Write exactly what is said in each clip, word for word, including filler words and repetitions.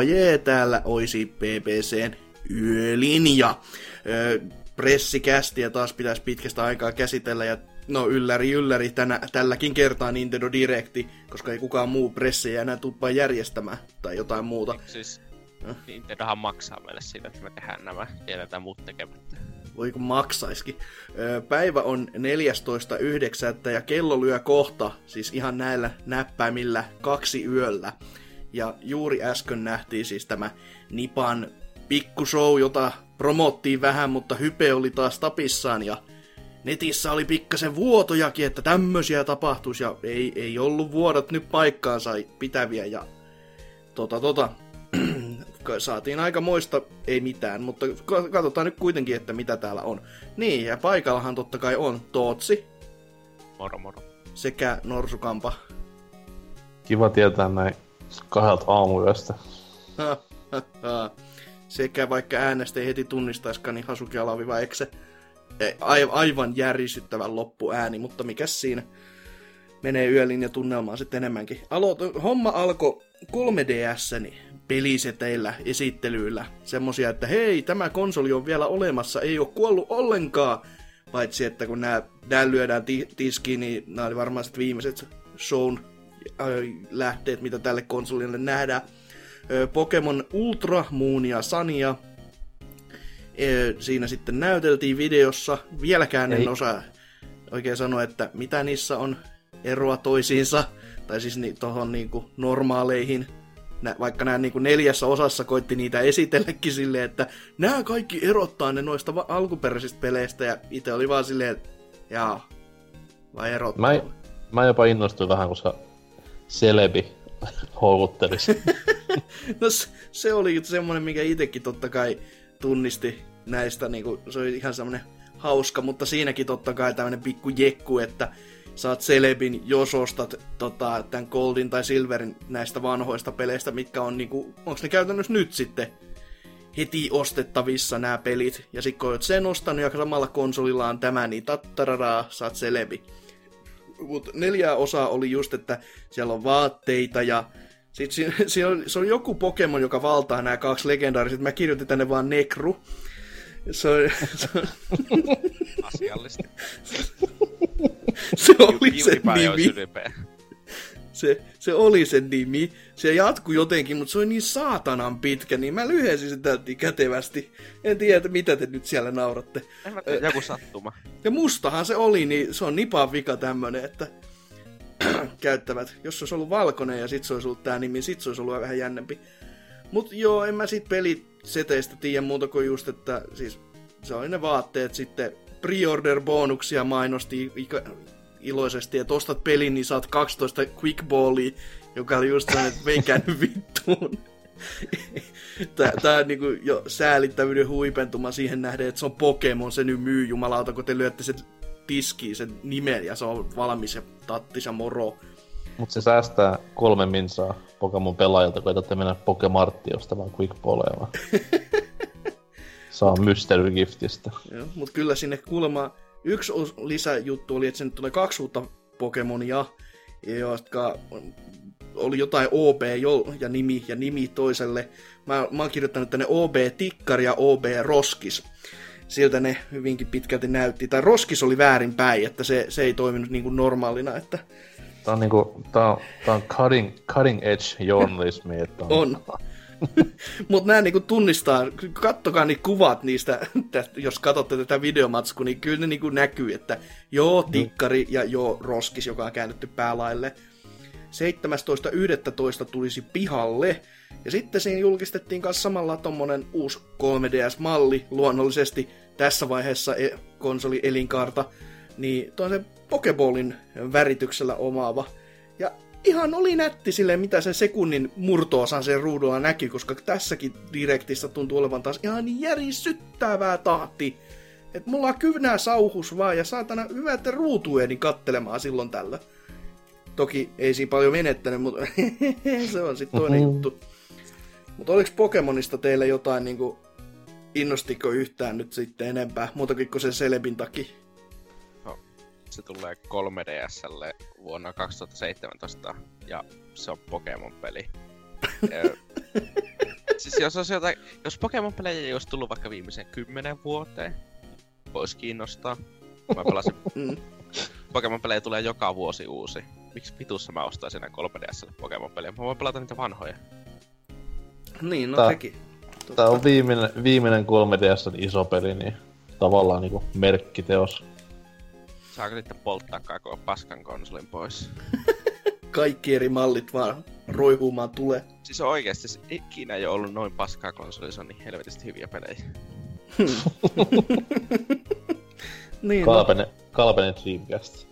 jee, täällä olisi B B C:n yölinja. Öö, pressikästiä taas pitäisi pitkästä aikaa käsitellä, ja no ylläri ylläri tänä, tälläkin kertaa Nintendo Directi, koska ei kukaan muu pressiä enää tuppaa järjestämään, tai jotain muuta. Siis Nintendohan maksaa meille siitä, että me tehdään nämä, jätetään muut tekemättä. Voi kun maksaiskin. Päivä on neljästoista yhdeksättä ja kello lyö kohta, siis ihan näillä näppäimillä, kaksi yöllä. Ja juuri äsken nähtiin siis tämä Nipan pikkushow, jota promottiin vähän, mutta hype oli taas tapissaan. Ja netissä oli pikkasen vuotojakin, että tämmöisiä tapahtuisi, ja ei, ei ollut vuodot nyt paikkaansa pitäviä. Ja tota tota... saatiin aika moista, ei mitään, mutta katsotaan nyt kuitenkin, että mitä täällä on. Niin, ja paikallahan totta kai on Tootsi. Moro moro. Sekä Norsukampa. Kiva tietää näin kahdelta aamuyöstä. Sekä vaikka äänestä ei heti tunnistaiskaan, niin Hasuki alaviva ekse. Aivan järisyttävän loppuääni, mutta mikäs siinä. Menee yölinja tunnelmaan sitten enemmänkin. Aloit, homma alkoi kolme D S:ni peliseteillä, esittelyillä. Semmosia, että hei, tämä konsoli on vielä olemassa, ei ole kuollut ollenkaan. Paitsi, että kun nää, nää lyödään ti- tiskiin, niin nämä oli varmaan sitten viimeiset shown äh, lähteet, mitä tälle konsolille nähdään. Ö, Pokemon Ultra, Moon ja Sunia. Ö, siinä sitten näyteltiin videossa. Vieläkään en ei. osaa oikein sanoa, että mitä niissä on eroa toisiinsa. Tai siis ni- tohon niinku normaaleihin. Nä, vaikka nämä niin neljässä osassa koitti niitä esitelläkin silleen, että nämä kaikki erottaa ne noista va- alkuperäisistä peleistä, ja itse oli vaan silleen, että jaa, vai erottaa? Mä, mä jopa innostuin vähän, kun sä Celebi houkuttelisi. No se, se oli semmoinen, mikä itsekin totta kai tunnisti näistä, niin kuin, se oli ihan semmoinen hauska, mutta siinäkin totta kai tämmöinen pikku jekku, että saat Celebin, jos ostat tota, tämän Goldin tai Silverin näistä vanhoista peleistä, mitkä on niinku, onks ne käytännössä nyt sitten heti ostettavissa nämä pelit. Ja sit kun olet sen ostanut ja samalla konsolilla on tämä, niin tattararaa, saat Celebi. Mut neljää osaa oli just, että siellä on vaatteita ja sit se, se, on, se on joku Pokemon, joka valtaa nämä kaksi legendaariset. Mä kirjoitin tänne vaan Nekru. Se on... Se on... Asiallisesti. Se oli se nimi. Se, se oli sen nimi. Se jatkui jotenkin, mutta se oli niin saatanan pitkä, niin mä lyhensin sitä kätevästi. En tiedä, mitä te nyt siellä nauratte. En mä tiedä, joku sattuma. Ja mustahan se oli, niin se on Nipan vika tämmönen, että käyttävät. Jos se olisi ollut valkoinen ja sit se olisi ollut tää nimi, sit se olisi ollut vähän jännempi. Mut joo, en mä sit peliseteistä tiedä muuta kuin just, että siis se oli ne vaatteet sitten. Pre-order-bonuksia mainosti iloisesti, että ostat pelin, niin saat kaksitoista quickballia, joka oli just sellainen, että meikään vittuun. Tää, tää on niinku jo säälittävyyden huipentuma siihen nähden, että se on Pokemon, se nyt myy jumalauta, kun te lyötte sen tiskiin sen nimen ja se on valmis ja tattis ja moro. Mut se säästää kolme minsaa Pokemon pelaajilta, kun etatte mennä Pokemarttiin ostamaan quickballeja. Saa mystery-giftistä. Joo, mut kyllä sinne kuulemma yksi lisäjuttu oli, että sinne tulee kaksi uutta Pokemonia, jotka oli jotain O B ja nimi ja nimi toiselle. Mä, mä oon kirjoittanut tänne O B-tikkari ja O B-roskis. Siltä ne hyvinkin pitkälti näytti. Tai roskis oli väärinpäin, että se, se ei toiminut niin kuin normaalina. Että... Tää on niinku, tää on, tää on cutting, cutting edge journalismi. Että on. on. Mutta nämä niinku tunnistaa, kattokaa niitä kuvat niistä, jos katsotte tätä videomatskua, niin kyllä ne niinku näkyy, että joo tikkari ja joo roskis, joka on käännetty päälaille. seitsemästoista yhdestoista tulisi pihalle, ja sitten siinä julkistettiin myös samalla tommonen uusi kolme D S-malli, luonnollisesti tässä vaiheessa konsoli elinkaarta, niin tuon se Pokeballin värityksellä omaava. Ja ihan oli nätti silleen, mitä sen sekunnin murto-osan sen ruudulla näki, koska tässäkin direktissä tuntuu olevan taas ihan niin järisyttävää tahti. Että mulla on kyynää sauhus vaan, ja saatana hyvä, että ruutueni kattelemaan silloin tällä. Toki ei siinä paljon menettänyt, mutta se on sitten toinen juttu. Mutta oliko Pokemonista teille jotain niinku innostiko yhtään nyt sitten enempää, muutakin kuin sen Celebin takia? No, se tulee kolme D S:lle vuonna kaksituhattaseitsemäntoista ja se on Pokemon-peli. siis jos, olisi jotain, jos Pokemon-pelejä ei olisi tullut vaikka viimeiseen kymmenen vuoteen, voisi kiinnostaa. Mä pelasin... Mm. Pokemon-pelejä tulee joka vuosi uusi. Miksi vitussa mä ostaisin enää kolme D S:lle Pokemon-pelejä? Mä voin pelata niitä vanhoja. Niin, no Tää, sekin. tää on viimeinen, viimeinen kolme D S:n iso peli, niin tavallaan niinku merkkiteos. Saako sitten polttaa koko paskan konsolin pois? Kaikki eri mallit vaan roihumaan tulee. Siis oikeesti, siis ikinä ei ole ollut noin paskaa konsoli, se on niin helvetisti hyviä pelejä. Niin, Kalpene, no. Kalpene Dreamcast.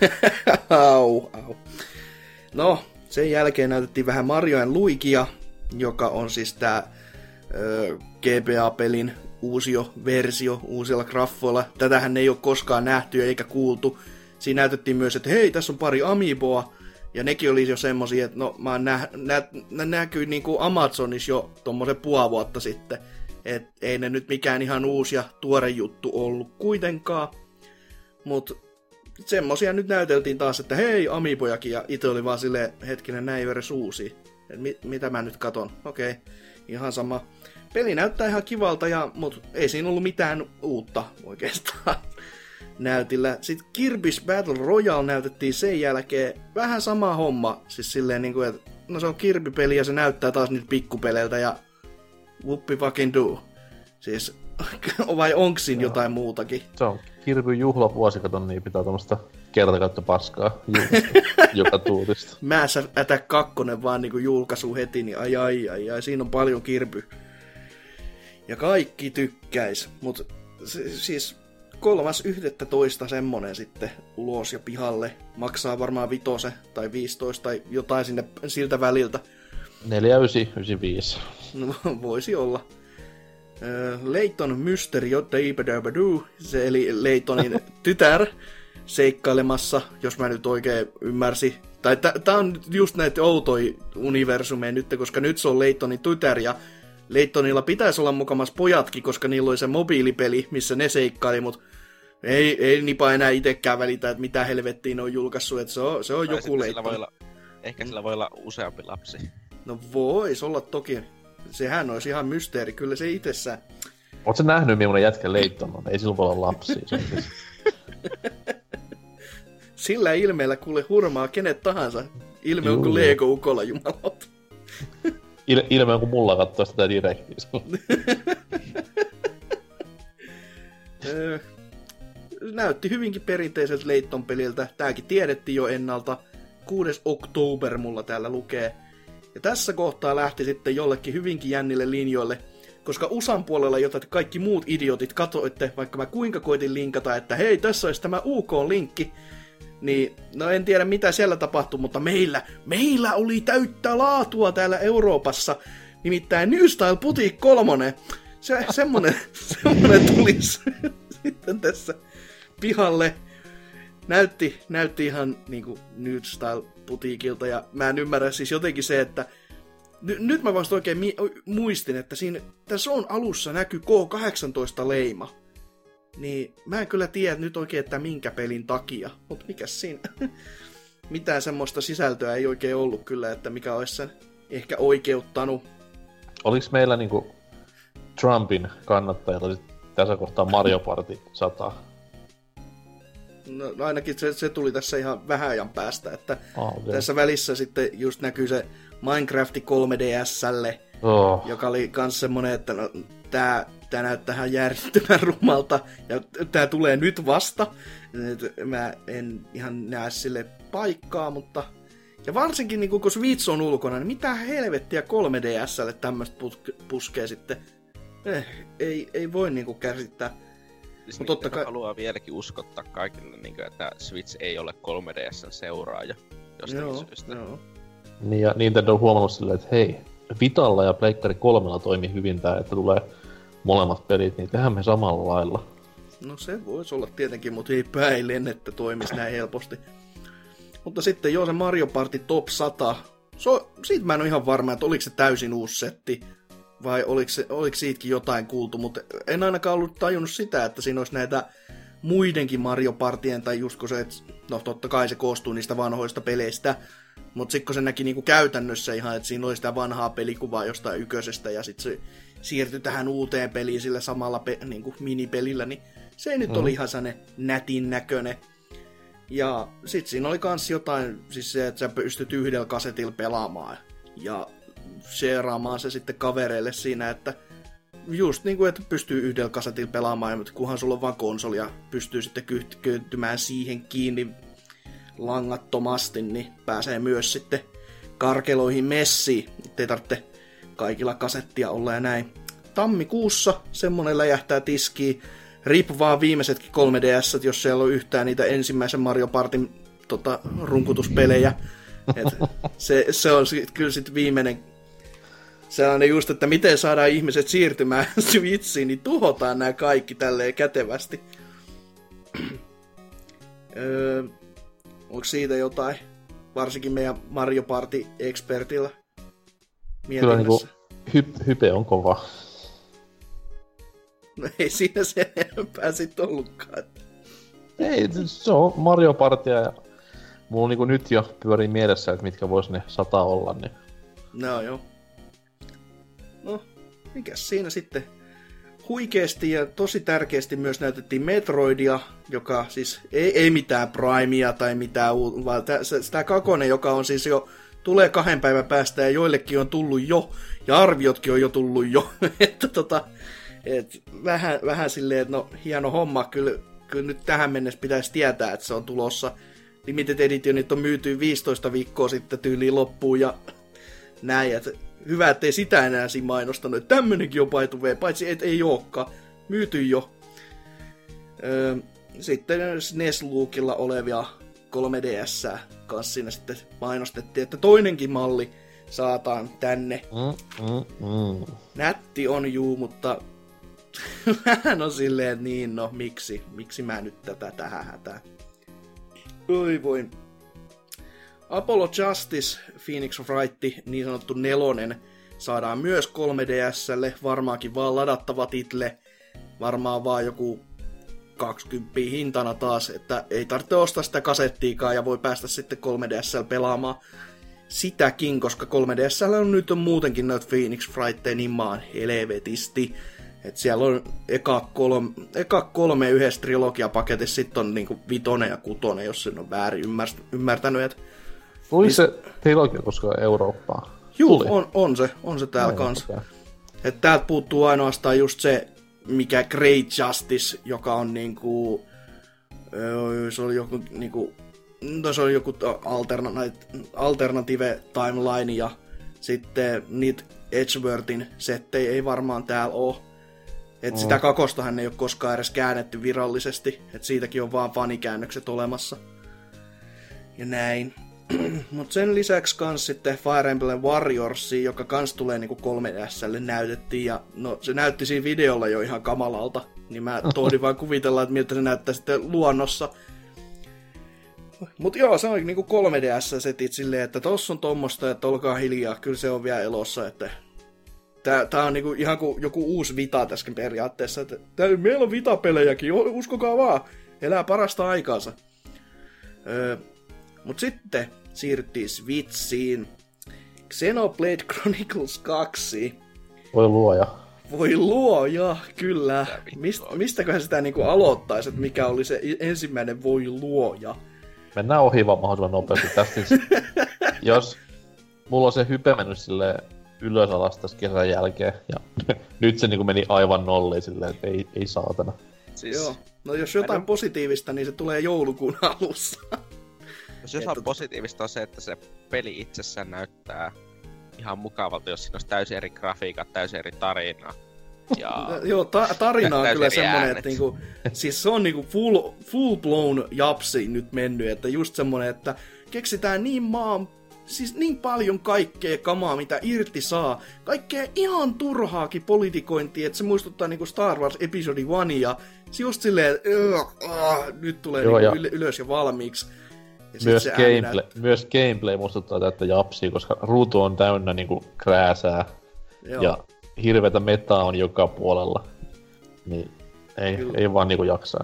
au, au. No, sen jälkeen näytettiin vähän Mario and Luigia, joka on siis tää ö, G B A-pelin uusio versio uusilla graffoilla. Tätähän ei ole koskaan nähty eikä kuultu. Siinä näytettiin myös, että hei, tässä on pari Amiiboa. Ja nekin oli jo semmosia, että no, mä nä, nä, nä, näkyy niinku Amazonissa jo tommosen puoli vuotta sitten. Et ei ne nyt mikään ihan uusi ja tuore juttu ollut kuitenkaan. Mut semmosia nyt näyteltiin taas, että hei, Amiibojakin. Ja itse oli vaan silleen, hetkinen, näin ei edes uusia. Et mit, mitä mä nyt katon? Okei, okay, ihan sama. Peli näyttää ihan kivalta, ja, mut ei siinä ollut mitään uutta oikeastaan näytillä. Sitten Kirby's Battle Royale näytettiin sen jälkeen. Vähän sama homma. Siis silleen niinku, että no se on Kirby-peli ja se näyttää taas niitä pikkupeleiltä ja whoopi fucking do. Siis, vai onks siinä jotain muutakin? Se on Kirby juhlavuosi, katon, niin pitää tommoista kertakäyttöpaskaa joka tuutista. Mass Attack kaksi vaan niinku julkaisu heti, niin ai ai ai ai, siinä on paljon Kirby. Ja kaikki tykkäis, mut siis kolmas yhdestoista semmonen sitten ulos ja pihalle. Maksaa varmaan vitose tai viisitoista tai jotain sinne siltä väliltä. neljä yhdeksän yhdeksänkymmentäviisi. No, voisi olla. Leiton Mystery Yottaibadabadoo, se eli Leitonin tytär seikkailemassa, jos mä nyt oikein ymmärsin. Tai tää on just näitä outoja universumeja nyt, koska nyt se on Leitonin tytär ja Leitonilla pitäisi olla mukamas pojatkin, koska niillä oli se mobiilipeli, missä ne seikkaili, mutta ei, ei nipa enää itekään välitä, että mitä helvettiin ne on julkaissut, että se on, se on joku Leiton. Ehkä sillä voi olla useampi lapsi. No vois olla toki. Sehän olisi ihan mysteeri, kyllä se itsessään. Ootko sä nähnyt, millainen jätkä Leiton on? Ei sillä voi olla lapsia. Sillä ilmeellä kuule hurmaa kenet tahansa. Ilme on kuin Lego-ukolla, jumalauta. Il- ilme on kuin mulla kattoo sitä direktiä. Näytti hyvinkin perinteiseltä Leiton-peliltä. Tääkin tiedettiin jo ennalta. kuudes oktober mulla täällä lukee. Ja tässä kohtaa lähti sitten jollekin hyvinkin jännille linjoille, koska U S A:n puolella, jota kaikki muut idiotit katoitte, vaikka mä kuinka koitin linkata, että hei, tässä olisi tämä U K-linkki, niin no en tiedä mitä siellä tapahtui, mutta meillä, meillä oli täyttä laatua täällä Euroopassa, nimittäin New Style Boutique kolme. Se, semmonen, semmonen tulisi sitten tässä pihalle. Näytti, näytti ihan niinku New Style Boutiqueilta, ja mä en ymmärrä siis jotenkin se, että n- nyt mä vasta oikein mi- muistin, että siinä tässä on alussa näkyy K kahdeksantoista-leima. Niin mä en kyllä tiedä nyt oikein, että minkä pelin takia, mutta mikäs siinä? Mitään semmoista sisältöä ei oikein ollut kyllä, että mikä olisi sen ehkä oikeuttanut. Oliks meillä niinku Trumpin kannattajilla tässä kohtaa Mario Party sata? No ainakin se, se tuli tässä ihan vähän ajan päästä, että oh, okay. Tässä välissä sitten just näkyy se Minecraft kolme D S:lle, oh. joka oli kans semmonen, että no, tää, tää näyttää ihan järjettömän rumalta, ja tää tulee nyt vasta. Nyt mä en ihan näe sille paikkaa, mutta... Ja varsinkin niin kun Switch on ulkona, niin mitä helvettiä kolme D S:lle tämmöstä puskee sitten? Eh, ei, ei voi niinku käsittää. Siis totta kai haluaa vieläkin uskottaa kaikille, niin että Switch ei ole kolme D S:n seuraaja jostakin joo, syystä. Joo. Niin ja Nintendo on huomannut silleen, että hei, Vitalla ja Pleikkari kolmella toimi hyvin tää, että tulee molemmat pelit, niin tehdään me samalla lailla. No se voisi olla tietenkin, mutta ei päilen, että toimisi näin helposti. Mutta sitten joo, se Mario Party Top sata. So, siitä mä en ole ihan varma, että oliko se täysin uusi setti. Vai oliko, se, oliko siitäkin jotain kuultu, mutta en ainakaan ollut tajunnut sitä, että siinä olisi näitä muidenkin Mario Partien, tai just kun se, että no totta kai se koostuu niistä vanhoista peleistä, Mutta sitten kun se näki niinku käytännössä ihan, että siinä oli sitä vanhaa pelikuvaa jostain yköisestä ja sitten se siirtyi tähän uuteen peliin sillä samalla pe- niinku minipelillä, niin se ei nyt mm. oli ihan sellainen nätin näköinen. Ja sitten siinä oli kans jotain, siis se, että sä pystyt yhdellä kasetilla pelaamaan ja shareaamaan se sitten kavereille siinä, että just niin kuin, että pystyy yhdellä kasetilla pelaamaan, mutta kunhan sulla on vaan konsoli ja pystyy sitten kyhtymään siihen kiinni langattomasti, niin pääsee myös sitten karkeloihin messiin. Ei tarvitse kaikilla kasettia olla ja näin. Tammikuussa semmonen läjähtää tiskiin. Rip vaan viimeisetkin kolme D S, jos siellä on yhtään niitä ensimmäisen Mario Partin tota, runkutuspelejä. Et se, se on sit, kyllä sitten viimeinen sellainen just, että miten saadaan ihmiset siirtymään Switchiin, niin tuhotaan nämä kaikki tälleen kätevästi. öö, onko siitä jotain, varsinkin meidän Mario Party-expertillä kyllä niinku hy- hype on kova. No ei siinä sen enempää sit ollutkaan. Ei, se on Mario Partia ja mulla niinku nyt jo pyörii mielessä, että mitkä vois ne sata olla, niin... No joo. No, mikäs siinä sitten? Huikeesti ja tosi tärkeästi myös näytettiin Metroidia, joka siis ei, ei mitään Primea tai mitään uutta, vaan tämä kakonen, joka on siis jo, tulee kahden päivän päästä ja joillekin on tullut jo, ja arviotkin on jo tullut jo, että tota, et vähän, vähän silleen, että no hieno homma, kyllä, kyllä nyt tähän mennessä pitäisi tietää, että se on tulossa. Limited Editionit on myyty viisitoista viikkoa sitten tyyliin loppuun ja näin, että hyvä, ettei sitä enää siinä mainostanut, että tämmönenkin on paituvee, paitsi et ei olekaan, myyty jo. Öö, sitten S N E S-luukilla olevia kolme D S kanssa siinä sitten mainostettiin, että toinenkin malli saataan tänne. Mm, mm, mm. Nätti on juu, mutta vähän on silleen, että niin no, miksi? Miksi mä nyt tätä tähän hätään? Oi voi. Apollo Justice Phoenix Wright, niin sanottu nelonen, saadaan myös kolme D S:lle, varmaankin vaan ladattava title, varmaan vaan joku kaksikymmentä hintana taas, että ei tarvitse ostaa sitä kasettiikaan ja voi päästä sitten kolme D S:llä pelaamaan sitäkin, koska kolme D S:llä on nyt on muutenkin noita Phoenix Wrightteja niin maan helvetisti. Että siellä on eka kolme, eka kolme yhdessä trilogiapaketissa, sitten on niinku vitonen ja kutonen, jos sen on väärin ymmärtänyt. Et tuli niin, se trilogia koskaan Eurooppaan? Juu, on, on se, on se täällä no, kanssa. Okay. Että täältä puuttuu ainoastaan just se, mikä Great Justice, joka on niinku, se oli joku niinku, no se oli joku alterna- alternative timeline ja sitten niitä Edgeworthin settejä ei varmaan täällä oo. Et mm. sitä kakostahan ei ole koskaan edes käännetty virallisesti, että siitäkin on vaan fanikäännökset olemassa. Ja näin. Mut sen lisäksi kans sitten Fire Emblem Warriors, joka kans tulee niinku kolme D S:lle näytettiin, ja no se näytti siinä videolla jo ihan kamalalta, niin mä tohdin vaan kuvitella, että miltä se näyttää sitten luonnossa. Mut joo, se on niinku kolme D S-setit silleen, että tossa on tommosta, että olkaa hiljaa, kyllä se on vielä elossa, että tää, tää on niinku ihan kuin joku uusi Vita tässä periaatteessa, että tää, meillä on Vita-pelejäkin, uskokaa vaan, elää parasta aikaansa. Öö, mut sitten siirryttiin Switchiin. Xenoblade Chronicles kaksi. Voi luoja. Voi luoja, kyllä. Mist, mistäköhän sitä niinku aloittaisi, että mikä oli se ensimmäinen voi luoja? Mennään ohi vaan mahdollisimman nopeasti tästä. Jos mulla on se hype mennyt silleen ylös alas tässä kesän jälkeen, ja nyt se niinku meni aivan nolliin silleen, että ei, ei saatana. Siis, joo. No jos jotain positiivista, niin se tulee joulukuun alussa. Jos jotain positiivista on se, että se peli itsessään näyttää ihan mukavalta, jos siinä olisi täysin eri grafiikat, täysin eri tarinaa. Ja... Joo, ta- tarina on kyllä semmonen, että niinku, siis se on niinku full, full blown japsi nyt mennyt, että just semmonen, että keksitään niin maan, siis niin paljon kaikkea kamaa, mitä irti saa. Kaikkea ihan turhaakin politikointia, että se muistuttaa niinku Star Wars Episode yksi ja just silleen, että uh, nyt tulee joo, niinku ja... ylös ja valmiiksi. Ja myös, gameplay, myös gameplay muistuttaa täyttä japsia, koska ruutu on täynnä niinku krääsää. Joo. Ja hirveätä metaa on joka puolella. Niin ei, ei vaan niinku jaksa enää.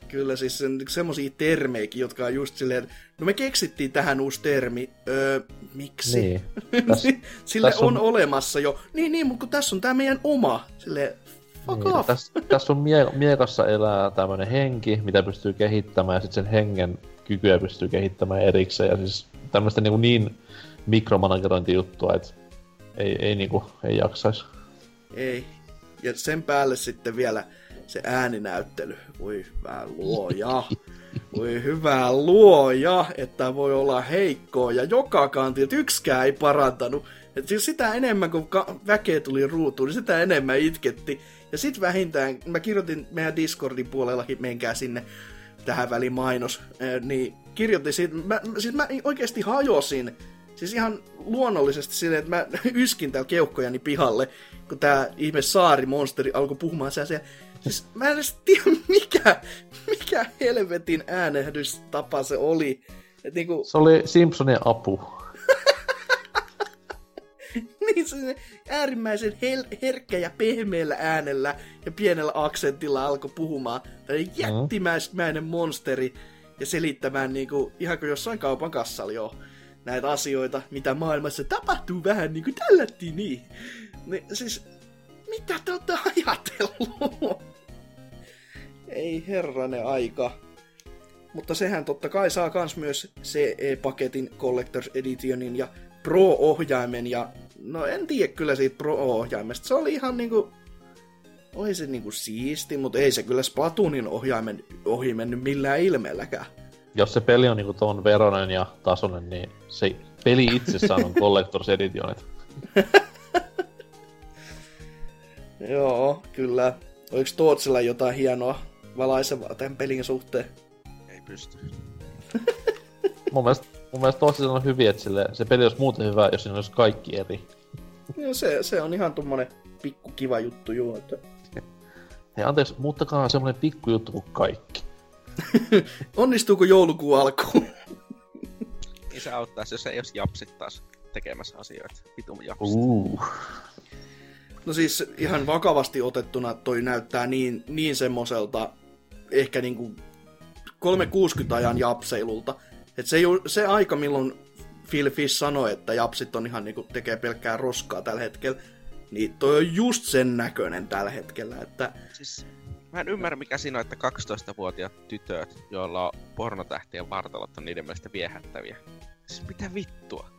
Kyllä siis se, semmosia termejäkin, jotka on just silleen, että no me keksittiin tähän uusi termi, öö, miksi? Niin. Täs, Sille on... on olemassa jo. Niin, niin, mutta kun tässä on tää meidän oma, silleen, fuck niin, off. Tässä täs on mie, miekassa elää tämmönen henki, mitä pystyy kehittämään, ja sitten sen hengen kykyä pystyy kehittämään erikseen, ja siis tämmöistä niin, niin mikromanagerointijuttua, että ei, ei, niinku, ei jaksais. Ei. Ja sen päälle sitten vielä se ääninäyttely. Voi hyvä luoja. Voi hyvä luoja, että voi olla heikkoa ja joka kanti, että yksikään ei parantanut. Että siis sitä enemmän kun ka- väkeä tuli ruutuun, niin sitä enemmän itketti. Ja sit vähintään, mä kirjoitin meidän Discordin puolellakin, menkää sinne tähän väliin mainos, niin kirjoitin siitä, mä, siis mä oikeesti hajosin. Siis ihan luonnollisesti silleen, että mä yskin täällä keuhkojani pihalle, kun tää ihme saarimonsteri alkoi puhumaan sellaisia. Siis mä en edes tiedä, mikä, mikä helvetin äänehdytapa se oli. Et niinku... Se oli Simpsonien apu. Niin se äärimmäisen hel- herkkä ja pehmeällä äänellä ja pienellä aksentilla alkoi puhumaan. Tällainen jättimäinen monsteri ja selittämään niinku, ihan kuin jossain kaupan kassalla joo. Näitä asioita, mitä maailmassa tapahtuu vähän niin kuin tällättiin niin. niin. Siis, mitä te olette ajatellut? Ei herranen aika. Mutta sehän totta kai saa kans myös C E-paketin Collector's Editionin ja Pro-ohjaimen ja... No en tiedä kyllä siitä Pro-ohjaimesta. Se oli ihan niinku... Oli se niinku siisti, mutta ei se kyllä Splatoonin ohjaimen ohi mennyt millään ilmeelläkään. Jos se peli on niinku ton veronen ja tasoinen, niin se peli itsessään on Collector's Editionit. Joo, kyllä. Oliko Tootsilla jotain hienoa valaisevaa tämän pelin suhteen? Ei pysty. mun mielestä, mun mielestä Tootsilla on hyvin, että sille, se peli olisi muuten hyvä, jos siinä olisi kaikki eri. Joo, se, se on ihan tommonen pikku kiva juttu, joo. Että... Hei, anteeksi, muuttakaa semmonen pikku juttu kuin kaikki. Onnistuuko joulukuun alkuun? Niin se auttaisi, jos ei olisi japsit taas tekemässä asioita. Vitun japsit. Uh. No siis ihan vakavasti otettuna toi näyttää niin, niin semmoselta ehkä niinku kolmesataakuusikymmentä ajan japseilulta. Et se, se aika, milloin Phil Fish sanoi, että japsit on ihan niinku tekee pelkkää roskaa tällä hetkellä, niin toi on just sen näköinen tällä hetkellä, että... Siis... Mä en ymmärrä, mikä siinä on, että kaksitoistavuotiaat tytöt, joilla on pornotähtien vartalot, on niiden mielestä viehättäviä. Siis mitä vittua?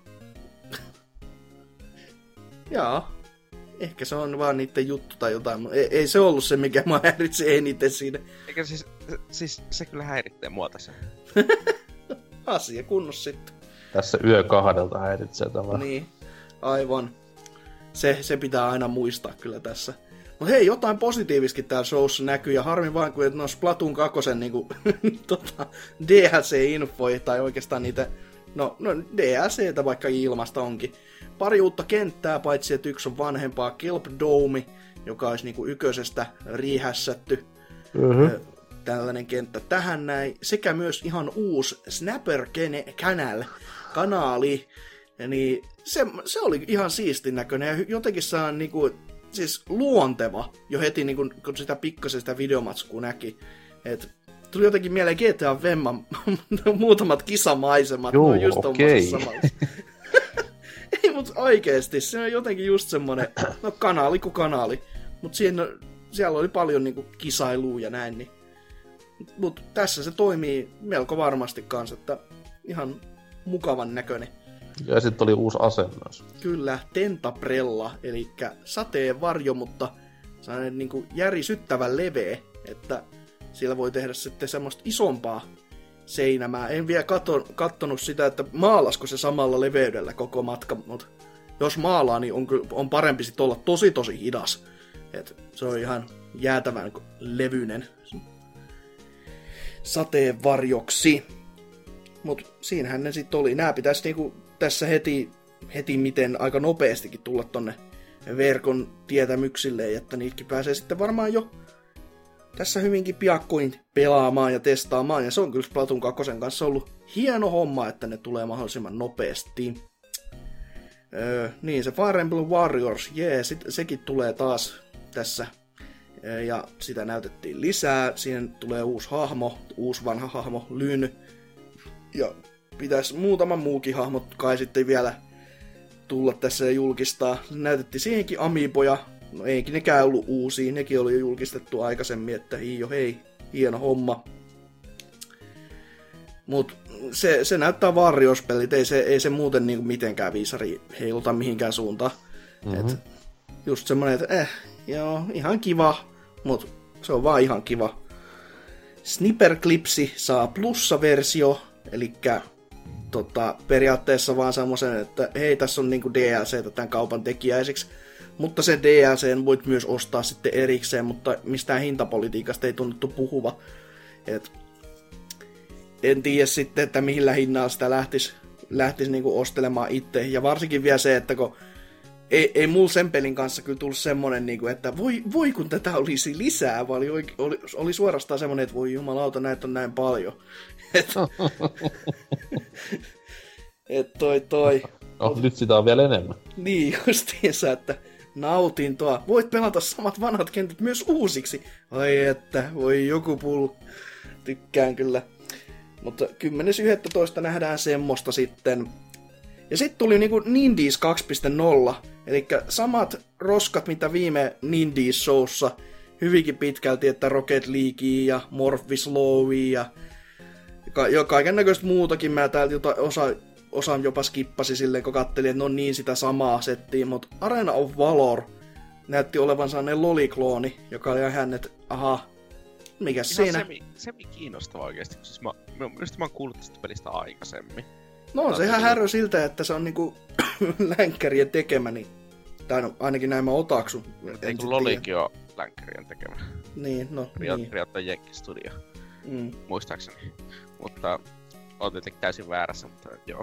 Jaa. Ehkä se on vaan niitten juttu tai jotain. Ei, ei se ollut se, mikä mä häiritsee eniten siinä. Eikä siis, siis se kyllä häiritsee mua tässä. Asia kunnossa sitten. Tässä yö kahdelta häiritsee tämä. Niin, aivan. Se, se pitää aina muistaa kyllä tässä. Mutta hei, jotain positiiviskin täällä showssa näkyy, ja harmi vaan, kun no Splatoon kaksi niinku, tota, D L C-infoi, tai oikeastaan niitä, no, no D L C:tä vaikka ilmasta onkin. Pari uutta kenttää, paitsi että yksi on vanhempaa, Kelp Dome, joka olisi niinku yköisestä riihässätty. Mm-hmm. Tällainen kenttä tähän näin, sekä myös ihan uusi Snapper Canal, kanaali, niin se, se oli ihan siistin näköinen, ja jotenkin saa niinku... Siis luonteva, jo heti niin kun, kun sitä pikkasen sitä videomatskua näki. Et tuli jotenkin mieleen G T A Vemman muutamat kisamaisemat. Joo, just okei. Okay. Ei, mut oikeesti, se on jotenkin just semmonen, no kanaali kuin kanaali. Mut siinä, siellä oli paljon niinku kisailua ja näin. Niin. Mut tässä se toimii melko varmasti kanssa, että ihan mukavan näköinen. Ja sitten oli uusi ase myös. Kyllä, Tentaprella, eli sateenvarjo, mutta sellainen niin kuin järisyttävän leveä, että sillä voi tehdä sitten semmoista isompaa seinämää. En vielä katso, kattonut sitä, että maalasko se samalla leveydellä koko matka, mutta jos maalaa, niin on, on parempi sitten olla tosi tosi hidas. Et se on ihan jäätävän levyinen sateenvarjoksi. Mutta siinähän ne sitten oli. Nää pitäisi niinku tässä heti, heti miten aika nopeastikin tulla tonne verkon tietämyksille, että niitäkin pääsee sitten varmaan jo tässä hyvinkin piakkoin pelaamaan ja testaamaan. Ja se on kyllä Splatoon kaksi kanssa ollut hieno homma, että ne tulee mahdollisimman nopeasti. Öö, niin, se Fire Emblem Warriors, jee, sit, sekin tulee taas tässä ja sitä näytettiin lisää. Siihen tulee uusi hahmo, uusi vanha hahmo, Lyn. Ja pitäisi muutama muukin hahmo kai sitten vielä tulla tässä ja julkistaa. Näytettiin siihenkin amiiboja. No eikin nekään ollut uusia, nekin oli jo julkistettu aikaisemmin, että hii jo hei, hieno homma. Mut se, se näyttää Warriors-pelit, ei se, ei se muuten niinku mitenkään viisari heiluta mihinkään suuntaan. Mm-hmm. Et just semmonen, että eh, joo, ihan kiva, mut se on vaan ihan kiva. Sniper Clipsi saa plussaversio, elikkä tota, periaatteessa vaan semmoisen, että hei, tässä on niinku D L C:tä tämän kaupan tekijäisiksi. Mutta sen D L C:n voit myös ostaa sitten erikseen, mutta mistään hintapolitiikasta ei tunnettu puhuva. Et en tiedä sitten, että millä hinnalla sitä lähtisi, lähtisi niinku ostelemaan itse. Ja varsinkin vielä se, että kun ei, ei mulla sen pelin kanssa kyllä tullut semmonen, niinku, että voi, voi kun tätä olisi lisää, vaan oli, oli, oli suorastaan semmonen, että voi jumalauta, näitä on näin paljon. Et, et toi toi. No, nyt sitä on vielä enemmän. Niin, justiinsa, että nautintoa. Voit pelata samat vanhat kentät myös uusiksi. Ai että, voi joku pull. Tykkään kyllä. Mutta kymmenes yhdestoista nähdään semmoista sitten. Ja sitten tuli niinku Nindies kaksi piste nolla. Eli samat roskat, mitä viime Nindies showssa hyvinkin pitkälti, että Rocket Leaguea ja Morph Slowia ja ka- kaiken näköistä muutakin. Mä täältä jota osa... Osaan jopa skippasi silleen, kun kattelin, että ne on niin sitä samaa settiä, mutta Arena of Valor näytti olevan sellainen loliklooni, joka oli ihan, että aha, mikäs ihan siinä? Semi, semi kiinnostava oikeesti, kun siis mä, mä, mä, mä oon kuullut tästä pelistä aikaisemmin. No on se ihan härö siltä, että se on niinku länkkärien tekemä, niin, tai no, ainakin näin mä otaksun. Eikö Lolikin ole länkkärien tekemä? Niin, no Riot, niin. Riot on Jenkki Studio, Mm. muistaakseni. Mutta oon tietenkin täysin väärässä, mutta joo.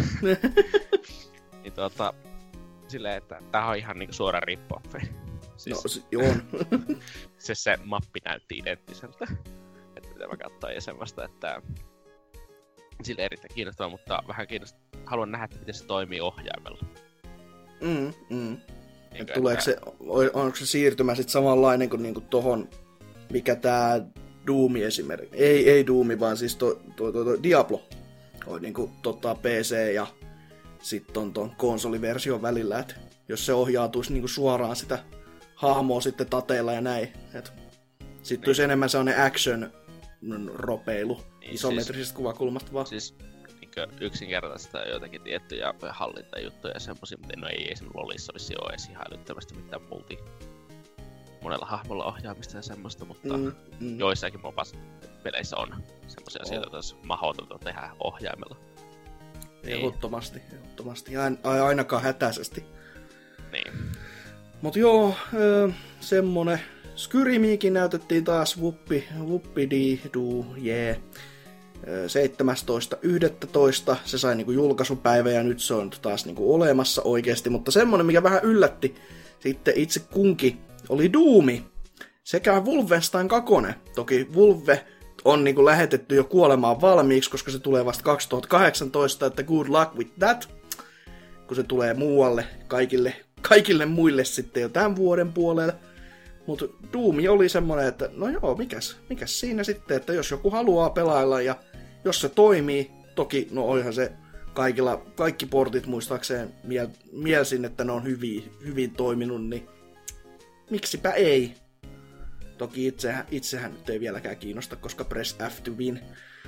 Niin tuota, silleen, että tää on ihan niinku suora rip-offi. Siis, No, se, on. se, se mappi näytti identtiseltä. Että mitä mä katsoin ja semmoista, että sille erittäin kiinnostavaa, mutta vähän kiinnostavaa. Haluan nähdä, että miten se toimii ohjaimella. mm, mm. Niin kuin, Tuleeko että... se, onko se siirtymä sitten samanlainen kuin niinku tohon, mikä tää Doomi esimerkiksi. Ei, ei Doomi, vaan siis tuo to, to, to, Diablo. On niinku tota P C ja sitten on ton konsoliversion välillä, että jos se ohjautuisi niinku suoraan sitä hahmoa sitten tateilla ja näin. Sitten tulisi niin. enemmän sellainen action ropeilu niin, isometrisesta siis, kuvakulmasta vaan. Siis niin yksinkertaista jotakin tiettyjä hallintajuttuja ja semmosia, mutta no ei esimerkiksi LoLissa olisi jo edes ihan älyttömästi mitään multi monella hahmolla ohjaamista ja semmoista, mutta mm, mm. joissakin MOBA-peleissä on semmoisia oh. asioita, joita olisi mahdotonta tehdä ohjaimella. Ehdottomasti, niin. ehdottomasti. Ja ainakaan hätäisesti. Niin. Mut joo, öö, semmonen. Skyrimiikin näytettiin taas wuppi, wuppidiiduu, jee. Yeah. seitsemästoista yhdestoista se sai niinku julkaisupäivä ja nyt se on taas niinku olemassa oikeesti, mutta semmonen, mikä vähän yllätti sitten itse kunkin, oli Doomi sekä Wolfenstein kaksi. Toki Wolve on niinku lähetetty jo kuolemaan valmiiksi, koska se tulee vasta kaksituhattakahdeksantoista, että good luck with that, kun se tulee muualle kaikille, kaikille muille sitten jo tämän vuoden puolella. Mutta Doomi oli semmonen, että no joo, mikäs, mikäs siinä sitten, että jos joku haluaa pelailla ja jos se toimii, toki no olihan se kaikilla, kaikki portit muistaakseen miel, mielsin, että ne on hyvin, hyvin toiminut, niin miksipä ei. Toki itsehän, itsehän nyt ei vieläkään kiinnosta, koska press F to win.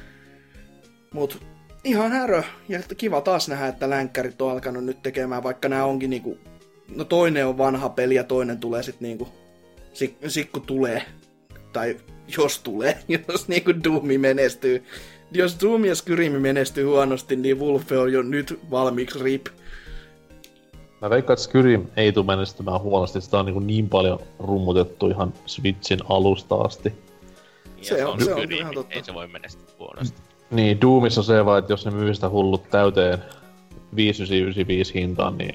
Mut ihan härö, ja kiva taas nähdä, että länkkärit on alkanut nyt tekemään, vaikka nämä onkin niinku, no toinen on vanha peli ja toinen tulee sit niinku Sik- sikku tulee, tai jos tulee, jos niinku Doomi menestyy. Jos Doom ja Skyrimi menestyy huonosti, niin Wolfe on jo nyt valmiiksi rip. Mä veikkaan, että Skyrim ei tule menestymään huonosti, sitä on niin, niin paljon rummutettu ihan Switchin alusta asti. Ja se, se on, se on ihan totta. Ei se voi menestyä huonosti. Niin, Doomissa on se vaan, että jos ne myy sitä hullut täyteen viisituhattayhdeksänsataayhdeksänkymmentäviisi hintaan, niin